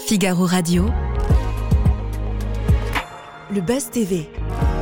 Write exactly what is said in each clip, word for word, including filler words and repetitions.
Figaro Radio, le Buzz T V.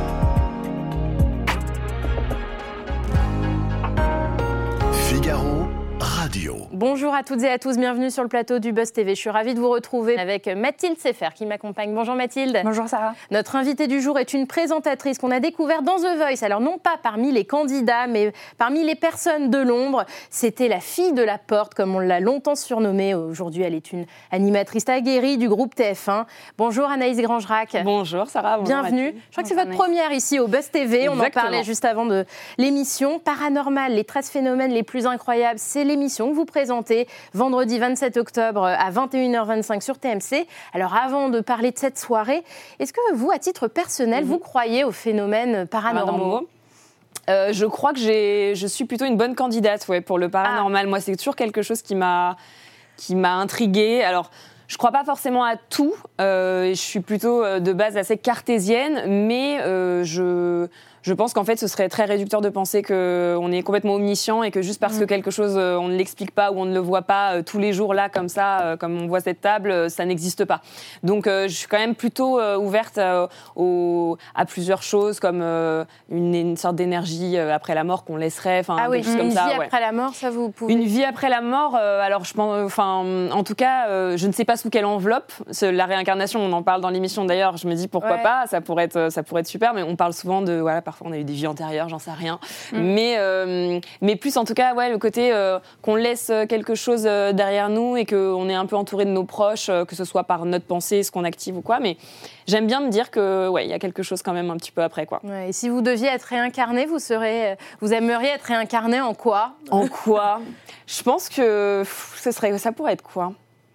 Figaro Radio. Bonjour à toutes et à tous, bienvenue sur le plateau du Buzz T V. Je suis ravie de vous retrouver avec Mathilde Sefer qui m'accompagne. Bonjour Mathilde. Bonjour Sarah. Notre invitée du jour est une présentatrice qu'on a découverte dans The Voice. Alors non pas parmi les candidats, mais parmi les personnes de l'ombre. C'était la fille de la porte, comme on l'a longtemps surnommée. Aujourd'hui, elle est une animatrice aguerrie du groupe T F un. Bonjour Anaïs Grangerac. Bonjour Sarah. Bonjour Bienvenue. Mathilde. Je crois que c'est votre première ici au Buzz T V. Exactement. On en parlait juste avant de l'émission. Paranormal, les treize phénomènes les plus incroyables, c'est l'émission que vous présentez vendredi vingt-sept octobre à vingt et une heures vingt-cinq sur T M C. Alors avant de parler de cette soirée, est-ce que vous, à titre personnel, mm-hmm. vous croyez aux phénomènes paranormaux ? euh, Je crois que j'ai, je suis plutôt une bonne candidate ouais, pour le paranormal. Ah. Moi, c'est toujours quelque chose qui m'a, qui m'a intriguée. Alors, je ne crois pas forcément à tout. Euh, je suis plutôt de base assez cartésienne, mais euh, je... Je pense qu'en fait, ce serait très réducteur de penser qu'on est complètement omniscient et que juste parce mmh. que quelque chose, on ne l'explique pas ou on ne le voit pas tous les jours là, comme ça, comme on voit cette table, ça n'existe pas. Donc, je suis quand même plutôt ouverte au, à plusieurs choses, comme une, une sorte d'énergie après la mort qu'on laisserait. Ah oui, des choses une comme vie ça, après ouais. la mort, ça vous pouvez... Une vie après la mort, alors je pense, enfin, en tout cas, je ne sais pas sous quelle enveloppe. La réincarnation, on en parle dans l'émission d'ailleurs. Je me dis pourquoi ouais. pas, ça pourrait être, ça pourrait être super, mais on parle souvent de, voilà, parfois on a eu des vies antérieures, j'en sais rien. Mm. Mais, euh, mais plus en tout cas, ouais, le côté euh, qu'on laisse quelque chose euh, derrière nous et qu'on est un peu entouré de nos proches, euh, que ce soit par notre pensée, ce qu'on active ou quoi. Mais j'aime bien me dire que ouais, y a quelque chose quand même un petit peu après, quoi. Ouais, et si vous deviez être réincarné, vous serez, vous aimeriez être réincarné en quoi ? En quoi ? Je pense que pff, ce serait, ça pourrait être quoi ?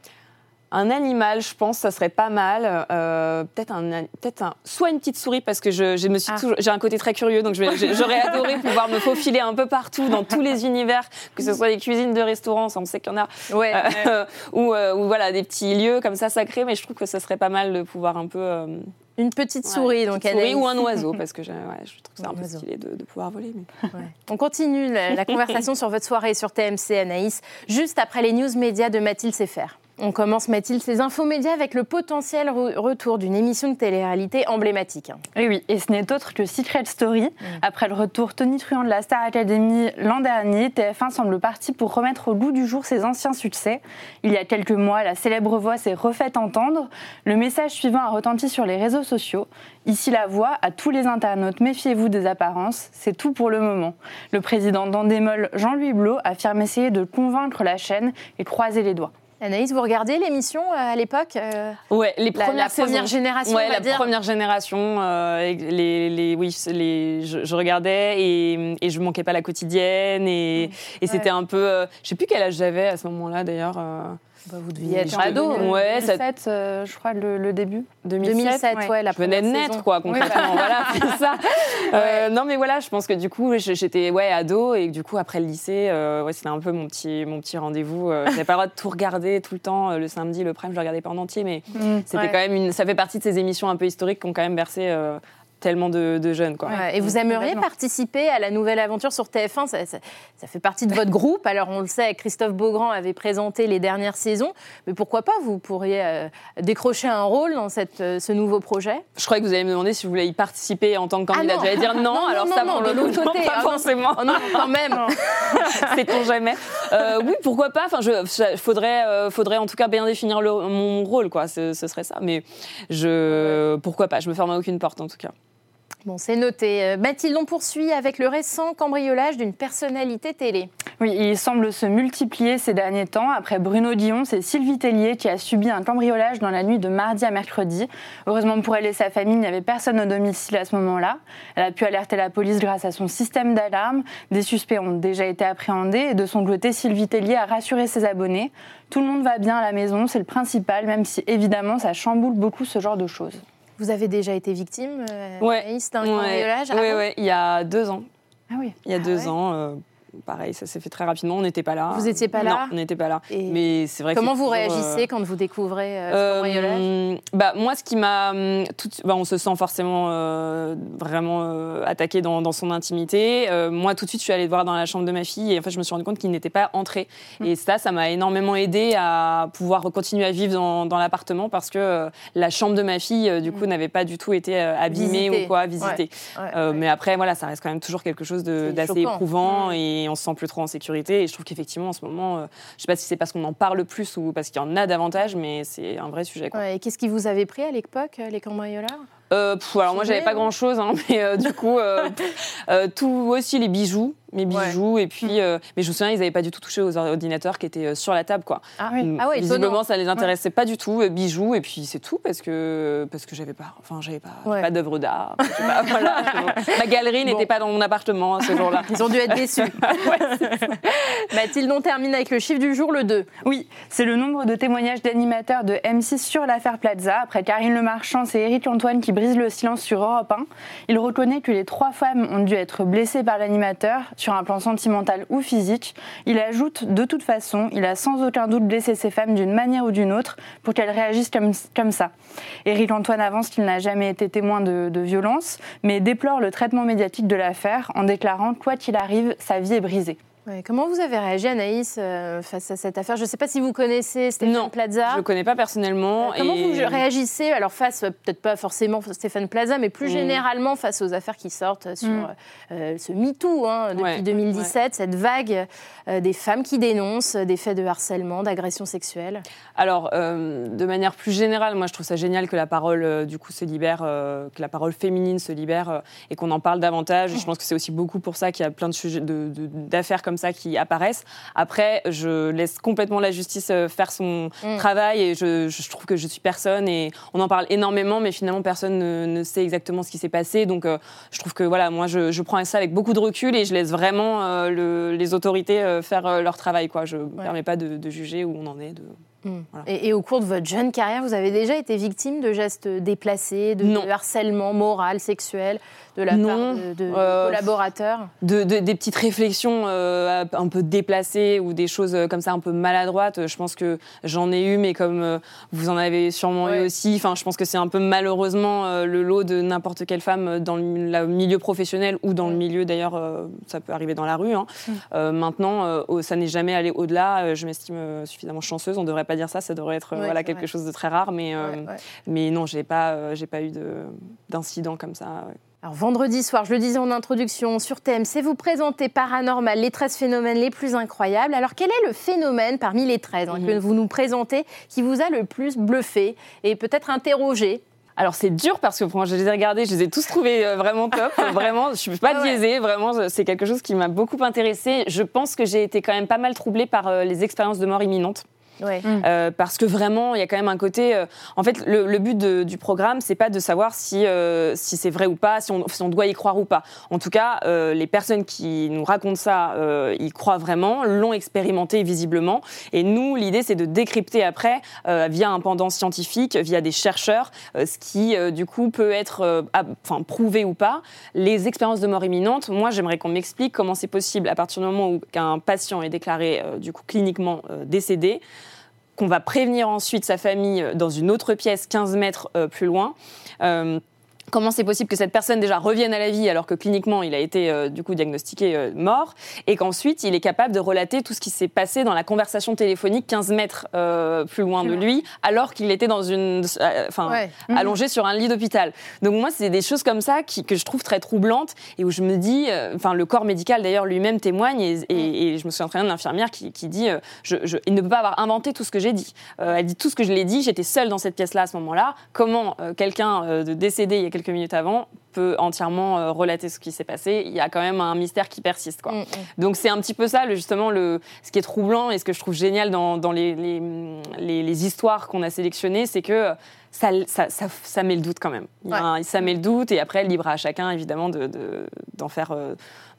Un animal, je pense, ça serait pas mal. Euh, peut-être un, peut-être un, soit une petite souris parce que je, je me suis, ah. toujours, j'ai un côté très curieux, donc je vais, j'aurais adoré pouvoir me faufiler un peu partout dans tous les univers, que ce soit les cuisines de restaurants, ça on sait qu'il y en a, ouais, euh, ouais. Euh, ou, euh, ou voilà des petits lieux comme ça sacrés. Mais je trouve que ça serait pas mal de pouvoir un peu. Euh, Une petite ouais, souris, donc petite souris ou un oiseau, parce que ouais, je trouve que c'est un, un peu oiseau. stylé de, de pouvoir voler. Mais... Ouais. On continue la, la conversation sur votre soirée sur T M C, Anaïs, juste après les news médias de Mathilde Sefer. On commence, Mathilde, ces infos médias avec le potentiel re- retour d'une émission de télé-réalité emblématique. Et oui, et ce n'est autre que Secret Story. Mmh. Après le retour tonitruant de la Star Academy l'an dernier, T F un semble parti pour remettre au goût du jour ses anciens succès. Il y a quelques mois, la célèbre voix s'est refaite entendre. Le message suivant a retenti sur les réseaux sociaux. Ici la voix, à tous les internautes, méfiez-vous des apparences, c'est tout pour le moment. Le président d'Endemol, Jean-Louis Blot, affirme essayer de convaincre la chaîne et croiser les doigts. Anaïs, vous regardez l'émission euh, à l'époque euh, Ouais, les premières la, la première génération, ouais, on va la dire. première génération. Euh, les, les, oui, les, je, je regardais et, et je manquais pas la quotidienne et, mmh. et c'était ouais. un peu. Euh, je sais plus quel âge j'avais à ce moment-là d'ailleurs. Euh, Bah, vous deviez être ado. Ouais, deux mille sept, ça... euh, je crois, le, le début. deux mille sept, ouais, ouais, la je venais de naître, saison. quoi, concrètement. Oui, voilà, c'est ça. Euh, non, mais voilà, je pense que du coup, j'étais ouais, ado et que, du coup, après le lycée, euh, ouais, c'était un peu mon petit, mon petit rendez-vous. Euh, j'avais pas le droit de tout regarder tout le temps. Euh, le samedi, le prime, je le regardais pas en entier, mais mmh, c'était ouais. quand même une. Ça fait partie de ces émissions un peu historiques qui ont quand même bercé. Euh, tellement de, de jeunes. Quoi. Ouais, et vous aimeriez participer à la nouvelle aventure sur T F un, ça, ça, ça fait partie de votre groupe. Alors on le sait, Christophe Beaugrand avait présenté les dernières saisons, mais pourquoi pas, vous pourriez euh, décrocher un rôle dans cette, euh, ce nouveau projet ? Je croyais que vous alliez me demander si vous voulez y participer en tant que candidate. Ah J'allais dire non, non alors non, ça, non, pour le l'autre côté, non, pas ah forcément. Non, non, quand même. Sait-on jamais. Euh, oui, pourquoi pas. Enfin, je, faudrait, euh, faudrait en tout cas bien définir le, mon rôle, quoi. Ce, ce serait ça. Mais je, pourquoi pas. Je me ferme à aucune porte, en tout cas. Bon, c'est noté. Mathilde, on poursuit avec le récent cambriolage d'une personnalité télé. Oui, il semble se multiplier ces derniers temps. Après Bruno Dion, c'est Sylvie Tellier qui a subi un cambriolage dans la nuit de mardi à mercredi. Heureusement pour elle et sa famille, il n'y avait personne au domicile à ce moment-là. Elle a pu alerter la police grâce à son système d'alarme. Des suspects ont déjà été appréhendés et de son côté, Sylvie Tellier a rassuré ses abonnés. Tout le monde va bien à la maison, c'est le principal, même si évidemment ça chamboule beaucoup ce genre de choses. Vous avez déjà été victime, euh, ouais. Anaïs, d'un cambriolage ? Oui, ouais, ouais, il y a deux ans. Ah oui. Il y a ah deux ouais. ans. Euh, pareil, ça s'est fait très rapidement. On n'était pas là. Vous n'étiez pas là ? Non, on n'était pas là. Et mais c'est vrai. Comment que vous toujours, réagissez euh... quand vous découvrez euh, ce cambriolage ? euh, bah, moi, ce qui m'a, tout, bah, on se sent forcément euh, vraiment euh, attaqué dans, dans son intimité. Euh, moi, tout de suite, je suis allée le voir dans la chambre de ma fille et en fait, je me suis rendu compte qu'il n'était pas entré. Mmh. Et ça, ça m'a énormément aidée à pouvoir continuer à vivre dans, dans l'appartement parce que euh, la chambre de ma fille, euh, du coup, mmh. n'avait pas du tout été euh, abîmée Visité. ou quoi, visitée. Ouais. Ouais, euh, ouais. Mais après, voilà, ça reste quand même toujours quelque chose de, d'assez choquant. éprouvant mmh. et on se sent plus trop en sécurité. Et je trouve qu'effectivement, en ce moment, euh, je sais pas si c'est parce qu'on en parle plus ou parce qu'il y en a davantage, mais c'est un vrai sujet. Quoi. Ouais, et qu'est-ce qui vous avait pris à l'époque, les cambrioleurs ? Euh, pff, alors moi j'avais pas grand chose hein, mais euh, du coup euh, euh, tout aussi les bijoux mes bijoux ouais. et puis euh, mais je me souviens ils avaient pas du tout touché aux ordinateurs qui étaient sur la table quoi. Ah oui. Ah ouais, visiblement étonnant. Ça les intéressait ouais. pas du tout, bijoux et puis c'est tout parce que parce que j'avais pas enfin j'avais pas ouais. pas d'œuvre d'art, pas, voilà, ma galerie bon. n'était pas dans mon appartement ce jour-là. Ils ont dû être déçus. ouais, Mathilde, on termine avec le chiffre du jour, le deux. Oui, c'est le nombre de témoignages d'animateurs de M six sur l'affaire Plaza. Après Karine Le Marchand, c'est Éric Antoine qui brise le silence sur Europe un. Il reconnaît que les trois femmes ont dû être blessées par l'animateur sur un plan sentimental ou physique. Il ajoute, de toute façon, il a sans aucun doute blessé ces femmes d'une manière ou d'une autre pour qu'elles réagissent comme, comme ça. Éric Antoine avance qu'il n'a jamais été témoin de, de violence, mais déplore le traitement médiatique de l'affaire en déclarant « Quoi qu'il arrive, sa vie est brisée ». Ouais, comment vous avez réagi, Anaïs, euh, face à cette affaire ? Je ne sais pas si vous connaissez Stéphane Plaza. Non, je ne connais pas personnellement. Euh, comment et... vous réagissez, alors face, peut-être pas forcément Stéphane Plaza, mais plus mmh. généralement face aux affaires qui sortent sur mmh. euh, ce MeToo hein, depuis ouais, deux mille dix-sept, ouais. cette vague euh, des femmes qui dénoncent des faits de harcèlement, d'agression sexuelle ? Alors, euh, de manière plus générale, moi je trouve ça génial que la parole euh, du coup se libère, euh, que la parole féminine se libère euh, et qu'on en parle davantage. Mmh. Je pense que c'est aussi beaucoup pour ça qu'il y a plein de sujets, de, de, d'affaires comme ça qui apparaissent. Après, je laisse complètement la justice faire son mmh. travail et je, je trouve que je suis personne et on en parle énormément, mais finalement personne ne, ne sait exactement ce qui s'est passé. Donc, euh, je trouve que voilà, moi, je, je prends ça avec beaucoup de recul et je laisse vraiment euh, le, les autorités euh, faire euh, leur travail. Quoi. Je ne me ouais. permets pas de, de juger où on en est. De... Mmh. Voilà. Et, et au cours de votre jeune carrière, vous avez déjà été victime de gestes déplacés, de, de harcèlement moral, sexuel, de la non. part de, de euh, collaborateurs de, de, Des petites réflexions euh, un peu déplacées ou des choses comme ça un peu maladroites, je pense que j'en ai eu, mais comme euh, vous en avez sûrement ouais. eu aussi, enfin, je pense que c'est un peu malheureusement euh, le lot de n'importe quelle femme dans le, le milieu professionnel ou dans le milieu, d'ailleurs, euh, ça peut arriver dans la rue. Hein. Mmh. Euh, maintenant, euh, ça n'est jamais allé au-delà, euh, je m'estime euh, suffisamment chanceuse, on ne devrait pas dire ça, ça devrait être ouais, voilà, quelque vrai. chose de très rare, mais, euh, ouais, ouais. mais non, je n'ai pas, euh, j'ai pas eu de, d'incident comme ça. Ouais. Alors, vendredi soir, je le disais en introduction, sur T M C, vous présentez Paranormal, les treize phénomènes les plus incroyables. Alors, quel est le phénomène parmi les treize hein, mmh. que vous nous présentez qui vous a le plus bluffé et peut-être interrogé ? Alors c'est dur parce que quand je les ai regardés, je les ai tous trouvés euh, vraiment top. Vraiment, je ne suis pas biaisée. Vraiment, c'est quelque chose qui m'a beaucoup intéressée. Je pense que j'ai été quand même pas mal troublée par euh, les expériences de mort imminente. Ouais. Euh, parce que vraiment, il y a quand même un côté... Euh, en fait, le, le but de, du programme, c'est pas de savoir si, euh, si c'est vrai ou pas, si on, si on doit y croire ou pas. En tout cas, euh, les personnes qui nous racontent ça, euh, y croient vraiment, l'ont expérimenté visiblement. Et nous, l'idée, c'est de décrypter après, euh, via un pendant scientifique, via des chercheurs, euh, ce qui, euh, du coup, peut être euh, enfin, prouvé ou pas. Les expériences de mort imminente, moi, j'aimerais qu'on m'explique comment c'est possible, à partir du moment où un patient est déclaré, euh, du coup, cliniquement euh, décédé, qu'on va prévenir ensuite sa famille dans une autre pièce, quinze mètres euh, plus loin. Euh, Comment c'est possible que cette personne déjà revienne à la vie alors que cliniquement il a été euh, du coup diagnostiqué euh, mort et qu'ensuite il est capable de relater tout ce qui s'est passé dans la conversation téléphonique quinze mètres euh, plus loin de lui alors qu'il était dans une, enfin, euh, ouais. allongé mmh. sur un lit d'hôpital. Donc moi c'est des choses comme ça qui, que je trouve très troublantes et où je me dis, enfin euh, le corps médical d'ailleurs lui-même témoigne et, et, mmh. et je me souviens très bien de l'infirmière qui, qui dit, euh, je, je, il ne peut pas avoir inventé tout ce que j'ai dit. Euh, elle dit tout ce que je l'ai dit, j'étais seule dans cette pièce-là à ce moment-là. Comment euh, quelqu'un euh, de décédé il y a quelques minutes avant peut entièrement euh, relater ce qui s'est passé. Il y a quand même un mystère qui persiste, quoi. Mmh. Donc c'est un petit peu ça, le, justement, le, ce qui est troublant et ce que je trouve génial dans, dans les, les, les, les histoires qu'on a sélectionnées, c'est que ça, ça, ça, ça met le doute quand même. Il y a un, ça met le doute et après, libre à chacun, évidemment, de, de, d'en faire... Euh,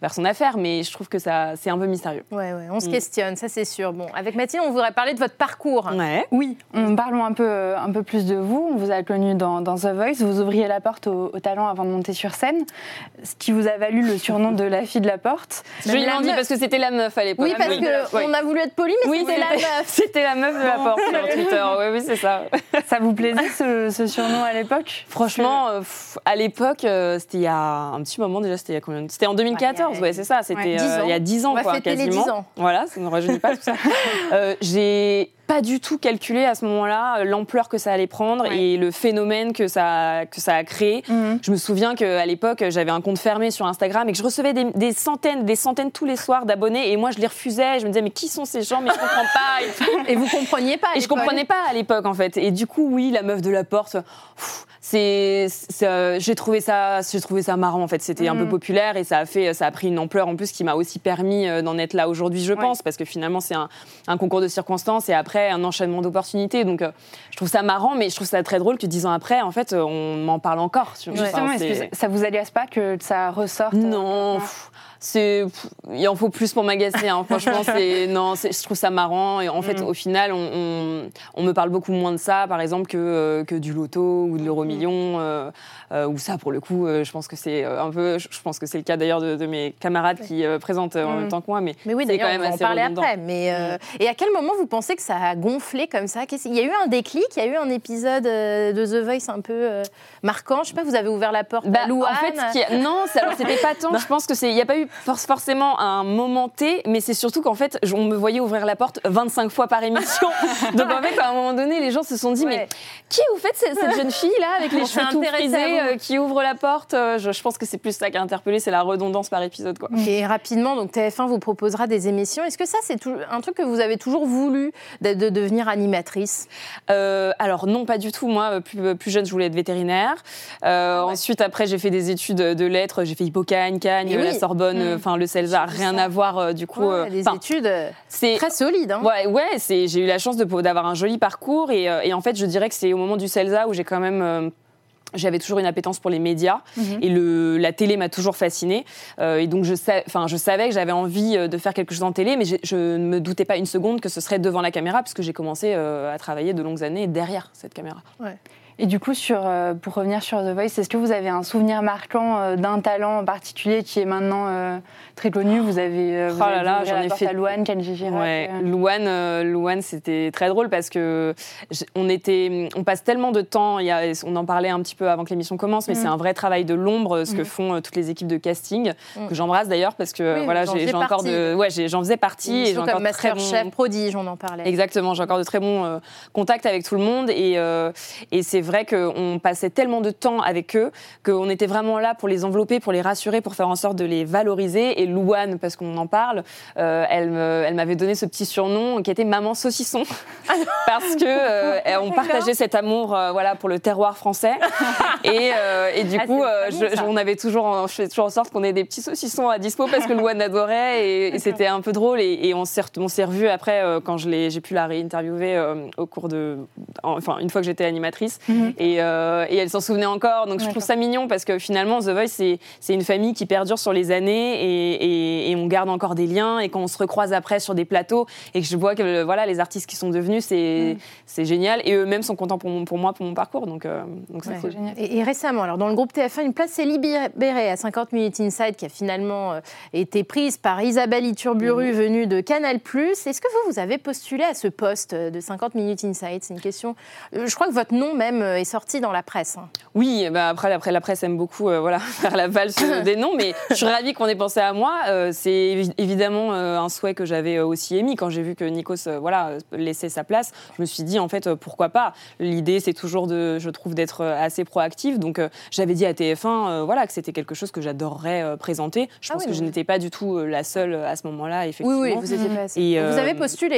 personne à faire, mais je trouve que ça, c'est un peu mystérieux. Ouais, ouais, on se questionne, ça c'est sûr. Bon, avec Mathilde, on voudrait parler de votre parcours. Ouais. Oui, on parlons un peu, un peu plus de vous. On vous a connu dans, dans The Voice. Vous ouvriez la porte au, au talent avant de monter sur scène, ce qui vous a valu le surnom de la fille de la porte. Je lui ai dit parce que c'était la meuf à l'époque. Oui, parce qu'on oui. a voulu être poli, mais oui, c'était la meuf. C'était la meuf de la porte sur Twitter. Oui, oui, c'est ça. Ça vous plaisait ce, ce surnom à l'époque? Franchement, euh, pff, à l'époque, euh, c'était il y a un petit moment déjà. C'était il y a combien? C'était en deux mille quatorze. Ouais, ouais c'est ça. C'était ouais, euh, il y a dix ans, on va quoi, fêter quasiment. Les dix ans. Voilà, ça ne rajeunit pas tout ça. euh, j'ai pas du tout calculé à ce moment-là l'ampleur que ça allait prendre ouais. et le phénomène que ça, que ça a créé. Mm-hmm. Je me souviens qu'à l'époque, j'avais un compte fermé sur Instagram et que je recevais des, des centaines, des centaines tous les soirs d'abonnés et moi je les refusais. Je me disais mais qui sont ces gens? Mais je comprends pas. Et, tout. Et vous compreniez pas à Et je comprenais pas à l'époque en fait. Et du coup oui, la meuf de la porte. Pff, c'est, c'est euh, j'ai trouvé ça, j'ai trouvé ça marrant en fait. C'était mm-hmm. un peu populaire et ça a fait, ça a pris une ampleur en plus qui m'a aussi permis d'en être là aujourd'hui, je ouais. pense, parce que finalement c'est un, un concours de circonstances et après un enchaînement d'opportunités. Donc euh, je trouve ça marrant, mais je trouve ça très drôle que dix ans après, en fait, on m'en parle encore. Justement, enfin, est-ce que ça vous agace pas que ça ressorte? Non. Pff, c'est, il en faut plus pour m'agacer. Hein. Franchement, c'est, non, c'est, je trouve ça marrant. Et en fait, mm. au final, on, on, on me parle beaucoup moins de ça, par exemple, que, euh, que du loto ou de l'euro-million. Euh, euh, ou ça, pour le coup, euh, je pense que c'est un peu. Je pense que c'est le cas d'ailleurs de, de mes camarades qui euh, présentent euh, mm. en même temps que moi. Mais, mais oui, d'ailleurs, on va en parler après. Mais, euh, mm. Et à quel moment vous pensez que ça a gonflé comme ça? Il y a eu un déclic, il y a eu un épisode de The Voice un peu euh, marquant. Je sais pas, vous avez ouvert la porte bah, à Louane. En fait, ce qui a... non, ça, alors, c'était pas tant. Je pense que c'est, il y a pas eu forcément un moment T, mais c'est surtout qu'en fait, on me voyait ouvrir la porte vingt-cinq fois par émission. Donc en fait, à un moment donné, les gens se sont dit, ouais. mais qui vous faites cette, cette jeune fille là avec les on cheveux tout frisés euh, qui ouvre la porte? je, je pense que c'est plus ça qui a interpellé, c'est la redondance par épisode, quoi. Et rapidement, donc T F un vous proposera des émissions. Est-ce que ça, c'est tout, un truc que vous avez toujours voulu de, de devenir animatrice? euh, Alors non, pas du tout. Moi, plus, plus jeune, je voulais être vétérinaire. Euh, ah ouais. Ensuite, après, j'ai fait des études de lettres. J'ai fait Hippocagne, Cagne, oui. la Sorbonne, enfin mmh. le CELSA, rien à voir euh, du coup. Ouais, des études c'est très solides. Hein. Ouais, ouais. C'est, j'ai eu la chance de, d'avoir un joli parcours et, euh, et en fait, je dirais que c'est au moment du CELSA où j'ai quand même euh, j'avais toujours une appétence pour les médias mmh. et le, la télé m'a toujours fascinée. Euh, et donc, je, sa, je savais que j'avais envie de faire quelque chose en télé, mais je ne me doutais pas une seconde que ce serait devant la caméra, puisque j'ai commencé euh, à travailler de longues années derrière cette caméra. Ouais. Et du coup, sur, euh, pour revenir sur The Voice, est-ce que vous avez un souvenir marquant euh, d'un talent en particulier qui est maintenant euh, très connu? Vous avez, euh, vous oh là là, j'en ai fait à Louane, Kenji Girac. Ouais. Euh... Louane, euh, Louane, c'était très drôle parce que on était, on passe tellement de temps. Il y a, on en parlait un petit peu avant que l'émission commence, mais mmh. c'est un vrai travail de l'ombre, ce mmh. que font euh, toutes les équipes de casting mmh. que j'embrasse d'ailleurs parce que oui, voilà, j'ai, j'ai encore de, ouais, j'ai, j'en faisais partie et j'ai encore comme Masterchef, bon... Prodige, on en parlait. Exactement, j'ai encore de très bons euh, contacts avec tout le monde et euh, et c'est vrai que on passait tellement de temps avec eux qu'on était vraiment là pour les envelopper, pour les rassurer, pour faire en sorte de les valoriser. Et Louane, parce qu'on en parle, euh, elle, me, elle m'avait donné ce petit surnom qui était Maman Saucisson parce que euh, on partageait cet amour, euh, voilà, pour le terroir français. Et, euh, et du ah, coup, euh, je, je, on avait toujours, en, je faisais toujours en sorte qu'on ait des petits saucissons à dispo parce que Louane adorait et, et c'était un peu drôle. Et, et on s'est, on s'est revus après euh, quand je l'ai, j'ai pu la réinterviewer euh, au cours de, enfin une fois que j'étais animatrice. Mm-hmm. Et euh, et elle s'en souvenait encore, donc je trouve ça mignon parce que finalement The Voice c'est, c'est une famille qui perdure sur les années et, et, et on garde encore des liens et quand on se recroise après sur des plateaux et que je vois que voilà, les artistes qui sont devenus c'est, mm. c'est génial et eux-mêmes sont contents pour, mon, pour moi, pour mon parcours, donc, euh, donc c'est ouais, cool. Génial. Et, et récemment, alors dans le groupe T F un, une place s'est libérée à cinquante minutes Inside qui a finalement euh, été prise par Isabelle Iturburu mm. venue de Canal plus. Est-ce que vous, vous avez postulé à ce poste de cinquante minutes Inside? C'est une question, euh, je crois que votre nom même est sorti dans la presse. Hein. Oui, bah après, après la presse aime beaucoup euh, voilà, faire la valse des noms, mais je suis ravie qu'on ait pensé à moi. Euh, c'est évi- évidemment euh, un souhait que j'avais aussi émis quand j'ai vu que Nikos euh, voilà, laissait sa place. Je me suis dit en fait euh, pourquoi pas. L'idée c'est toujours de, je trouve, d'être assez proactive. Donc euh, j'avais dit à T F un euh, voilà, que c'était quelque chose que j'adorerais euh, présenter. Je ah pense oui, que oui. je n'étais pas du tout euh, la seule à ce moment-là, effectivement. Oui, oui, vous étiez pas. Et euh, vous avez postulé quoi?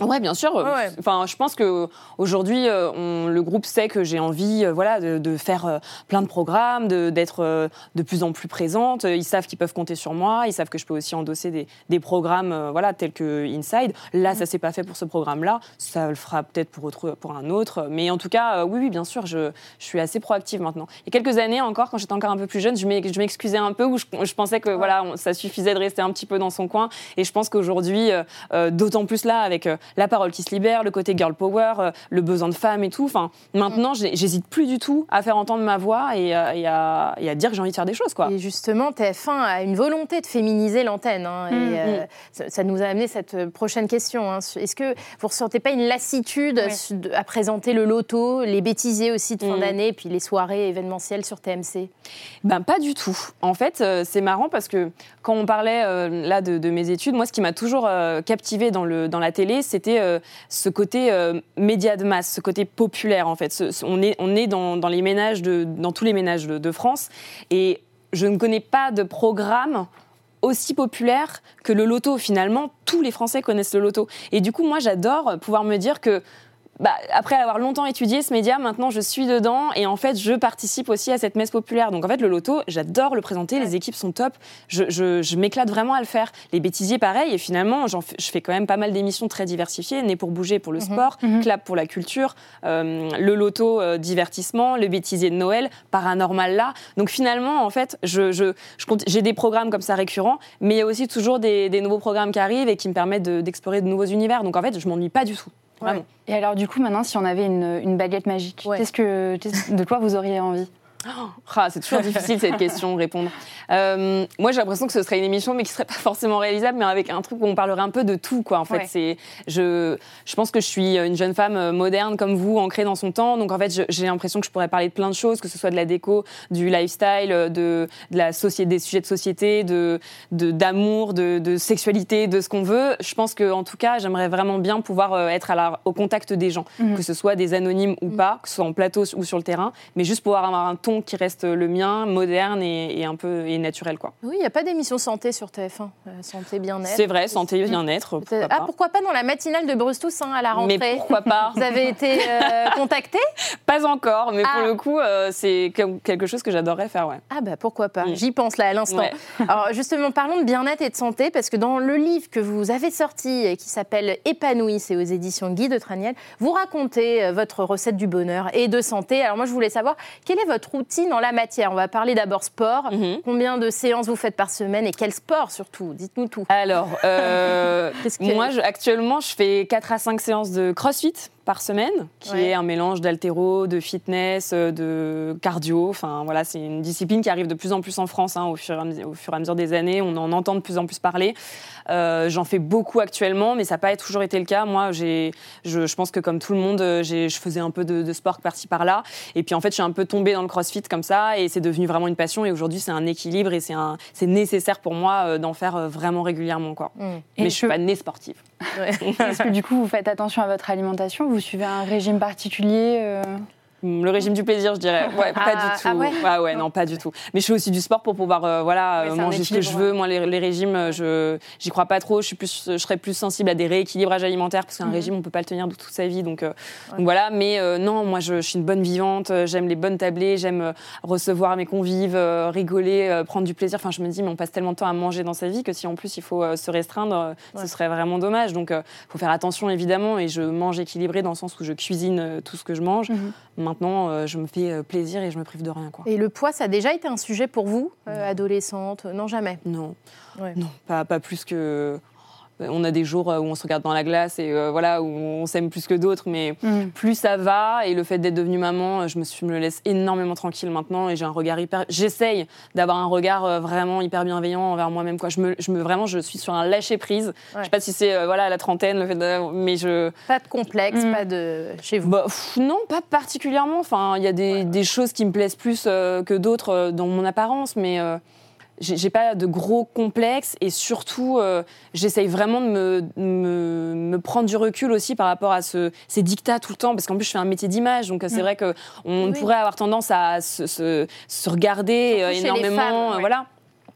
Ouais, bien sûr. Ouais, ouais. Enfin, je pense que aujourd'hui, euh, on, le groupe sait que j'ai envie, euh, voilà, de, de faire euh, plein de programmes, de, d'être euh, de plus en plus présente. Ils savent qu'ils peuvent compter sur moi. Ils savent que je peux aussi endosser des, des programmes, euh, voilà, tels que Inside. Là, ça s'est pas fait pour ce programme-là. Ça le fera peut-être pour autre, pour un autre. Mais en tout cas, euh, oui, oui, bien sûr, je, je suis assez proactive maintenant. Il y a quelques années encore, quand j'étais encore un peu plus jeune, je m'excusais un peu, où je, je pensais que ouais. voilà, on, ça suffisait de rester un petit peu dans son coin. Et je pense qu'aujourd'hui, euh, euh, d'autant plus là, avec euh, la parole qui se libère, le côté girl power, euh, le besoin de femmes et tout. Enfin, maintenant, mmh. j'hésite plus du tout à faire entendre ma voix et, euh, et, à, et à dire que j'ai envie de faire des choses, quoi. Et justement, T F un a une volonté de féminiser l'antenne. Hein, mmh. et euh, ça, ça nous a amené cette prochaine question. Hein. Est-ce que vous ne ressentez pas une lassitude oui. à présenter le loto, les bêtisiers aussi de fin mmh. d'année, et puis les soirées événementielles sur T M C? Ben, pas du tout. En fait, euh, c'est marrant parce que quand on parlait euh, là de, de mes études, moi, ce qui m'a toujours euh, captivée dans, le, dans la télé, c'était euh, ce côté euh, média de masse, ce côté populaire, en fait. Ce, ce, on est, on est dans, dans, les ménages de, dans tous les ménages de, de France, et je ne connais pas de programme aussi populaire que le loto. Finalement, tous les Français connaissent le loto. Et du coup, moi, j'adore pouvoir me dire que Bah, après avoir longtemps étudié ce média, maintenant je suis dedans et en fait je participe aussi à cette messe populaire. Donc en fait le loto, j'adore le présenter, ouais. les équipes sont top, je, je, je m'éclate vraiment à le faire. Les bêtisiers pareil, et finalement j'en fais, je fais quand même pas mal d'émissions très diversifiées, Né pour bouger pour le mm-hmm. sport, mm-hmm. Clap pour la culture, euh, le loto euh, divertissement, le bêtisier de Noël, Paranormal là. Donc finalement en fait je, je, je compte, j'ai des programmes comme ça récurrents, mais il y a aussi toujours des, des nouveaux programmes qui arrivent et qui me permettent de, d'explorer de nouveaux univers. Donc en fait je m'ennuie pas du tout. Ouais. Et alors du coup maintenant si on avait une, une baguette magique, ouais. qu'est-ce que, de quoi vous auriez envie? Oh, ah, c'est toujours difficile cette question, répondre. Euh, moi, j'ai l'impression que ce serait une émission, mais qui serait pas forcément réalisable, mais avec un truc où on parlerait un peu de tout, quoi. En fait, ouais. c'est, je, je pense que je suis une jeune femme moderne comme vous, ancrée dans son temps. Donc, en fait, je, j'ai l'impression que je pourrais parler de plein de choses, que ce soit de la déco, du lifestyle, de, de la société, des sujets de société, de, de d'amour, de, de sexualité, de ce qu'on veut. Je pense que, en tout cas, j'aimerais vraiment bien pouvoir être à la, au contact des gens, mmh. que ce soit des anonymes ou mmh. pas, que ce soit en plateau ou sur le terrain, mais juste pouvoir avoir un ton qui reste le mien, moderne et, et un peu et naturel, quoi. Oui, il n'y a pas d'émission santé sur T F un, euh, santé bien-être. C'est vrai, santé bien-être. Pourquoi ah, pas. pourquoi pas dans la matinale de Bruce Toussaint à la rentrée? Mais pourquoi pas? Vous avez été euh, contactée? Pas encore, mais ah. pour le coup, euh, c'est quelque chose que j'adorerais faire, ouais. Ah bah pourquoi pas, mmh. j'y pense là à l'instant. Ouais. Alors justement, parlons de bien-être et de santé, parce que dans le livre que vous avez sorti et qui s'appelle Épanouie, c'est aux éditions Guy de Traniel, vous racontez votre recette du bonheur et de santé. Alors moi, je voulais savoir, quelle est votre routine en la matière? On va parler d'abord sport. Mm-hmm. Combien de séances vous faites par semaine et quel sport surtout? Dites-nous tout. Alors, euh, que... moi, je, actuellement, je fais quatre à cinq séances de crossfit par semaine, qui ouais. est un mélange d'haltéro, de fitness, de cardio. Enfin, voilà, c'est une discipline qui arrive de plus en plus en France, hein, au, fur et à mesure, au fur et à mesure des années. On en entend de plus en plus parler. Euh, j'en fais beaucoup actuellement, mais ça n'a pas toujours été le cas. Moi, j'ai, je, je pense que comme tout le monde, j'ai, je faisais un peu de, de sport par-ci par-là. Et puis en fait, je suis un peu tombée dans le crossfit comme ça, et c'est devenu vraiment une passion. Et aujourd'hui, c'est un équilibre et c'est, un, c'est nécessaire pour moi d'en faire vraiment régulièrement, quoi. Mmh. Mais je ne suis pas née sportive. Ouais. Est-ce que du coup, vous faites attention à votre alimentation? Vous suivez un régime particulier euh... Le régime du plaisir, je dirais. Ouais, pas ah, du tout. Ah ouais, ah ouais, non, pas du tout. Mais je fais aussi du sport pour pouvoir euh, voilà, ouais, manger ce que je veux. Moi, les, les régimes, je j'y crois pas trop. Je, suis plus, je serais plus sensible à des rééquilibrages alimentaires parce qu'un mmh. régime, on peut pas le tenir de toute sa vie. Donc, euh, ouais. donc voilà. Mais euh, non, moi, je, je suis une bonne vivante. J'aime les bonnes tablées. J'aime euh, recevoir mes convives, euh, rigoler, euh, prendre du plaisir. Enfin, je me dis, mais on passe tellement de temps à manger dans sa vie que si en plus il faut euh, se restreindre, euh, ouais. ce serait vraiment dommage. Donc, il euh, faut faire attention évidemment. Et je mange équilibré dans le sens où je cuisine euh, tout ce que je mange. Mmh. Maintenant, euh, je me fais plaisir et je me prive de rien, quoi. Et le poids, ça a déjà été un sujet pour vous, euh, adolescente? Non, jamais? Non, ouais. non pas, pas plus que... On a des jours où on se regarde dans la glace et euh, voilà, où on s'aime plus que d'autres, mais mmh. plus ça va. Et le fait d'être devenue maman, je me, suis, me laisse énormément tranquille maintenant et j'ai un regard hyper... J'essaye d'avoir un regard vraiment hyper bienveillant envers moi-même, quoi. Je me, je me, vraiment, je suis sur un lâcher-prise. Ouais. Je ne sais pas si c'est euh, voilà, la trentaine, le fait de... mais je... Pas de complexe, mmh. pas de... chez vous? Bah, pff, non, pas particulièrement. Enfin, il y a des, ouais. des choses qui me plaisent plus euh, que d'autres euh, dans mon apparence, mais... Euh, J'ai, j'ai pas de gros complexes et surtout, euh, j'essaye vraiment de me, me, me prendre du recul aussi par rapport à ce, ces dictats tout le temps, parce qu'en plus, je fais un métier d'image, donc c'est mmh. vrai qu'on oui. pourrait avoir tendance à se, se, se regarder euh, énormément. Femmes, ouais. voilà.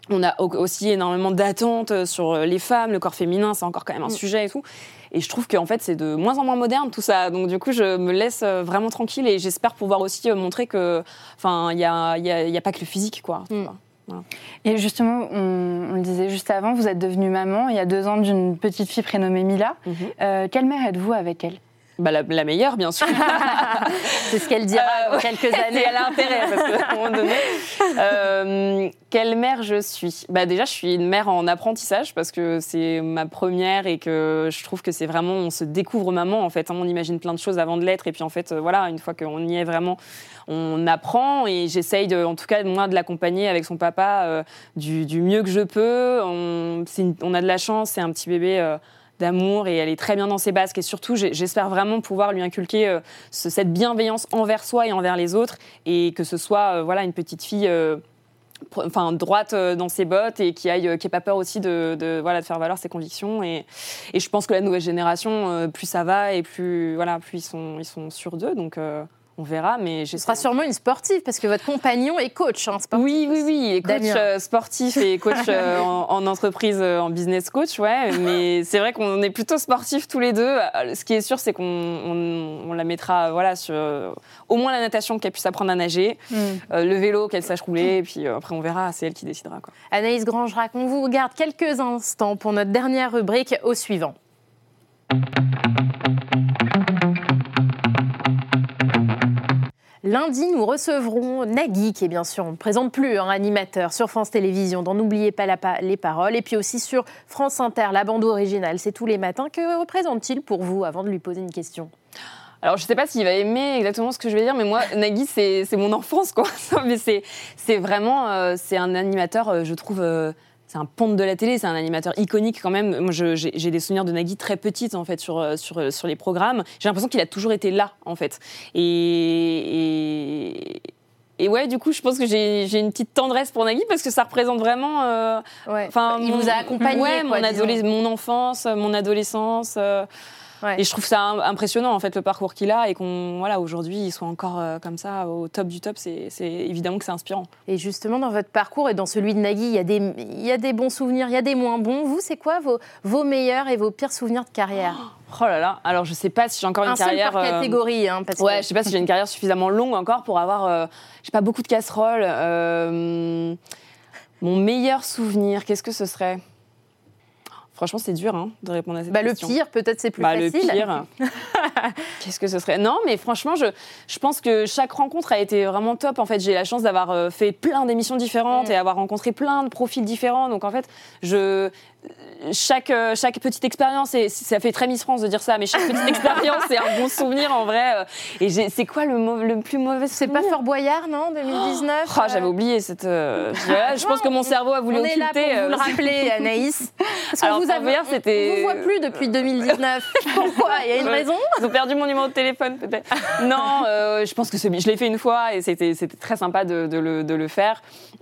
On a aussi énormément d'attentes sur les femmes, le corps féminin, c'est encore quand même un mmh. sujet et tout. Et je trouve qu'en fait, c'est de moins en moins moderne tout ça. Donc du coup, je me laisse vraiment tranquille et j'espère pouvoir aussi montrer que, enfin, il y a, y a, y a pas que le physique, quoi. Mmh. Voilà. Et justement, on, on le disait juste avant, vous êtes devenue maman il y a deux ans d'une petite fille prénommée Mila. Mmh. Euh, quelle mère êtes-vous avec elle ? Bah, la, la meilleure, bien sûr. C'est ce qu'elle dira euh, dans quelques années. Elle a intérêt, parce qu'à un moment donné. Euh, quelle mère je suis ? Bah, déjà, je suis une mère en apprentissage, parce que c'est ma première et que je trouve que c'est vraiment... On se découvre maman, en fait. Hein, on imagine plein de choses avant de l'être. Et puis, en fait, euh, voilà, une fois qu'on y est vraiment, on apprend. Et j'essaye, de, en tout cas, moi, de l'accompagner avec son papa euh, du, du mieux que je peux. On, c'est une, on a de la chance, c'est un petit bébé... Euh, d'amour et elle est très bien dans ses baskets et surtout j'espère vraiment pouvoir lui inculquer euh, ce, cette bienveillance envers soi et envers les autres et que ce soit euh, voilà, une petite fille euh, enfin, droite euh, dans ses bottes et qui aille, euh, qui ait pas peur aussi de, de, voilà, de faire valoir ses convictions et, et je pense que la nouvelle génération euh, plus ça va et plus, voilà, plus ils sont, ils sont sûrs d'eux donc euh, on verra, mais ce sera sûrement une sportive parce que votre compagnon est coach, hein, sportif. Oui, oui, oui, il est coach euh, sportif et coach euh, en, en entreprise, euh, en business coach, ouais. Mais c'est vrai qu'on est plutôt sportifs tous les deux. Ce qui est sûr, c'est qu'on on, on la mettra, voilà, sur euh, au moins la natation qu'elle puisse apprendre à nager, mm. euh, le vélo qu'elle sache rouler, et puis euh, après on verra. C'est elle qui décidera, quoi. Anaïs Grangerac, on vous garde quelques instants pour notre dernière rubrique au suivant. Lundi, nous recevrons Nagui, qui est bien sûr, on ne présente plus, un animateur sur France Télévisions, dont N'oubliez pas la pa- les paroles, et puis aussi sur France Inter, la bande originale, c'est tous les matins. Que représente-t-il pour vous, avant de lui poser une question ? Alors, je ne sais pas s'il va aimer exactement ce que je vais dire, mais moi, Nagui, c'est, c'est mon enfance, quoi. Mais c'est, c'est vraiment, euh, c'est un animateur, euh, je trouve... Euh, C'est un ponte de la télé, c'est un animateur iconique quand même. Moi, je, j'ai, j'ai des souvenirs de Nagui très petite en fait sur sur sur les programmes. J'ai l'impression qu'il a toujours été là en fait. Et et, et ouais, du coup, je pense que j'ai j'ai une petite tendresse pour Nagui parce que ça représente vraiment. Euh, ouais. Il mon, vous a accompagné. Ouais, quoi, mon adoles- mon enfance, mon adolescence. Euh, Ouais. Et je trouve ça impressionnant en fait le parcours qu'il a et qu'on voilà aujourd'hui il soit encore euh, comme ça au top du top, c'est, c'est évidemment que c'est inspirant. Et justement dans votre parcours et dans celui de Nagui, il y a des il y a des bons souvenirs, il y a des moins bons. Vous, c'est quoi vos vos meilleurs et vos pires souvenirs de carrière ? Oh, oh là là, alors je sais pas si j'ai encore une Un carrière seul par catégorie, hein, parce ouais, que... je sais pas si j'ai une carrière suffisamment longue encore pour avoir euh, j'ai pas beaucoup de casseroles. Euh, mon meilleur souvenir, qu'est-ce que ce serait ? Franchement, c'est dur hein, de répondre à cette bah, question. Le pire, peut-être, c'est plus bah, facile. Le pire, qu'est-ce que ce serait ? Non, mais franchement, je, je pense que chaque rencontre a été vraiment top. En fait, j'ai la chance d'avoir fait plein d'émissions différentes mmh. et avoir rencontré plein de profils différents. Donc, en fait, je... Chaque, chaque petite expérience, et ça fait très Miss France de dire ça, mais chaque petite expérience, c'est un bon souvenir en vrai. Et j'ai, c'est quoi le, mau- le plus mauvais souvenir ? C'est pas Fort Boyard, non, deux mille dix-neuf Oh, euh... j'avais oublié cette. Euh... je, je pense que mon cerveau a voulu on occulter. On est là pour vous le rappeler, Anaïs. Parce Alors, vous Fort Boyard, c'était. On vous voit plus depuis deux mille dix-neuf. Pourquoi ? Il y a une raison ? Ils ont perdu mon numéro de téléphone, peut-être. Non, euh, je pense que je l'ai fait une fois et c'était, c'était très sympa de, de, le, de le faire.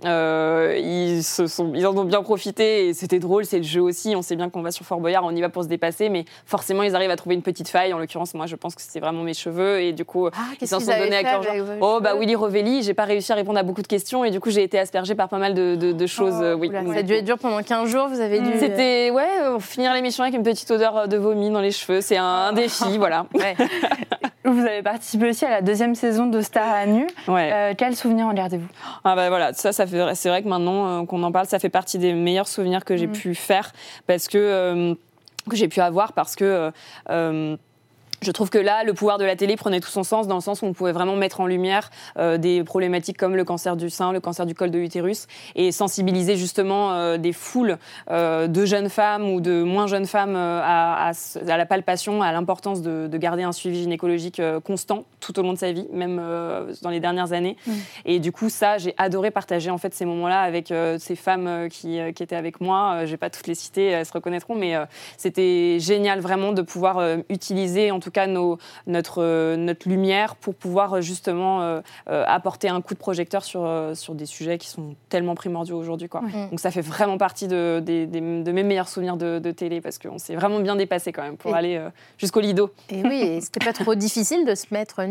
Euh, ils, se sont, ils en ont bien profité et c'était drôle, c'est le jeu aussi. On sait bien qu'on va sur Fort Boyard, on y va pour se dépasser, mais forcément ils arrivent à trouver une petite faille. En l'occurrence, moi je pense que c'était vraiment mes cheveux et du coup ah, ils s'en sont donnés à cœur joie. Oh bah Willy Revelli, j'ai pas réussi à répondre à beaucoup de questions et du coup j'ai été aspergée par pas mal de, de, de choses. Oh, oui. Oula, ça a dû être dur pendant quinze jours, vous avez dû. C'était ouais, euh, finir l'émission avec une petite odeur de vomi dans les cheveux, c'est un, un défi, voilà. Ouais. Vous avez participé aussi à la deuxième saison de Stars à nu. Ouais. Euh, quel souvenir en gardez-vous ? Ah bah voilà, ça, ça fait, c'est vrai que maintenant euh, qu'on en parle, ça fait partie des meilleurs souvenirs que j'ai mmh. pu faire parce que euh, que j'ai pu avoir parce que euh, je trouve que là, le pouvoir de la télé prenait tout son sens dans le sens où on pouvait vraiment mettre en lumière euh, des problématiques comme le cancer du sein, le cancer du col de l'utérus et sensibiliser justement euh, des foules euh, de jeunes femmes ou de moins jeunes femmes euh, à, à, à la palpation, à l'importance de, de garder un suivi gynécologique euh, constant tout au long de sa vie, même euh, dans les dernières années. Mmh. Et du coup, ça, j'ai adoré partager en fait ces moments-là avec euh, ces femmes euh, qui, euh, qui étaient avec moi. Euh, je vais pas toutes les citer, elles se reconnaîtront, mais euh, c'était génial vraiment de pouvoir euh, utiliser en tout cas nos, notre, euh, notre lumière pour pouvoir justement euh, euh, apporter un coup de projecteur sur, euh, sur des sujets qui sont tellement primordiaux aujourd'hui, quoi. Mmh. Donc ça fait vraiment partie de, de, de, de mes meilleurs souvenirs de, de télé parce qu'on s'est vraiment bien dépassé quand même pour et aller euh, jusqu'au lido. Et oui, et c'était pas trop difficile de se mettre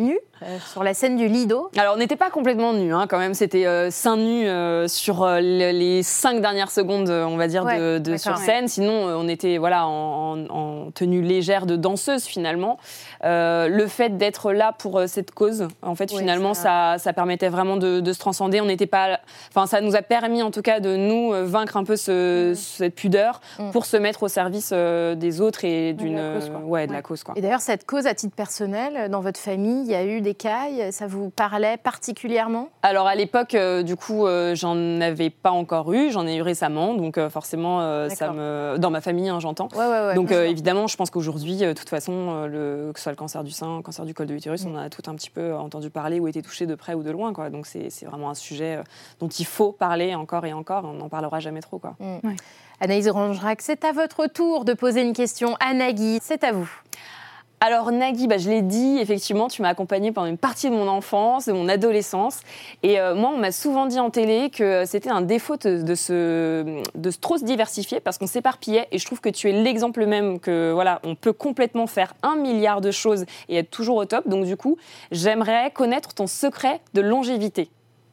nus euh, sur la scène du Lido. Alors, on n'était pas complètement nus, hein, quand même. C'était euh, seins nus euh, sur euh, les cinq dernières secondes, on va dire, ouais, de, de sur scène. Ouais. Sinon, euh, on était voilà, en, en, en tenue légère de danseuse, finalement. Euh, le fait d'être là pour euh, cette cause, en fait, oui, finalement, ça, ça permettait vraiment de, de se transcender. On n'était pas... Enfin, ça nous a permis, en tout cas, de nous euh, vaincre un peu ce, mmh. cette pudeur mmh. pour se mettre au service euh, des autres et d'une... De la cause, quoi. Euh, ouais, de ouais. la cause, quoi. Et d'ailleurs, cette cause, à titre personnel, dans votre famille, il y a eu des cas, ça vous parlait particulièrement ? Alors, à l'époque, euh, du coup, euh, j'en avais pas encore eu. J'en ai eu récemment. Donc, euh, forcément, euh, ça me... Dans ma famille, hein, j'entends. Ouais, ouais, ouais, donc, euh, évidemment, je pense qu'aujourd'hui, de toute façon, euh, le... que ce soit le cancer du sein, le cancer du col de l'utérus, mmh. on en a tout un petit peu entendu parler ou été touché de près ou de loin, quoi. Donc, c'est, c'est vraiment un sujet euh, dont il faut parler encore et encore. On n'en parlera jamais trop, quoi. Mmh. Ouais. Anaïs Orange-Rack, c'est à votre tour de poser une question à Nagui. C'est à vous. Alors Nagui, bah, je l'ai dit, effectivement, tu m'as accompagnée pendant une partie de mon enfance, de mon adolescence. Et euh, moi, on m'a souvent dit en télé que c'était un défaut de, de, se, de se trop se diversifier parce qu'on s'éparpillait. Et je trouve que tu es l'exemple même que voilà, on peut complètement faire un milliard de choses et être toujours au top. Donc du coup, j'aimerais connaître ton secret de longévité.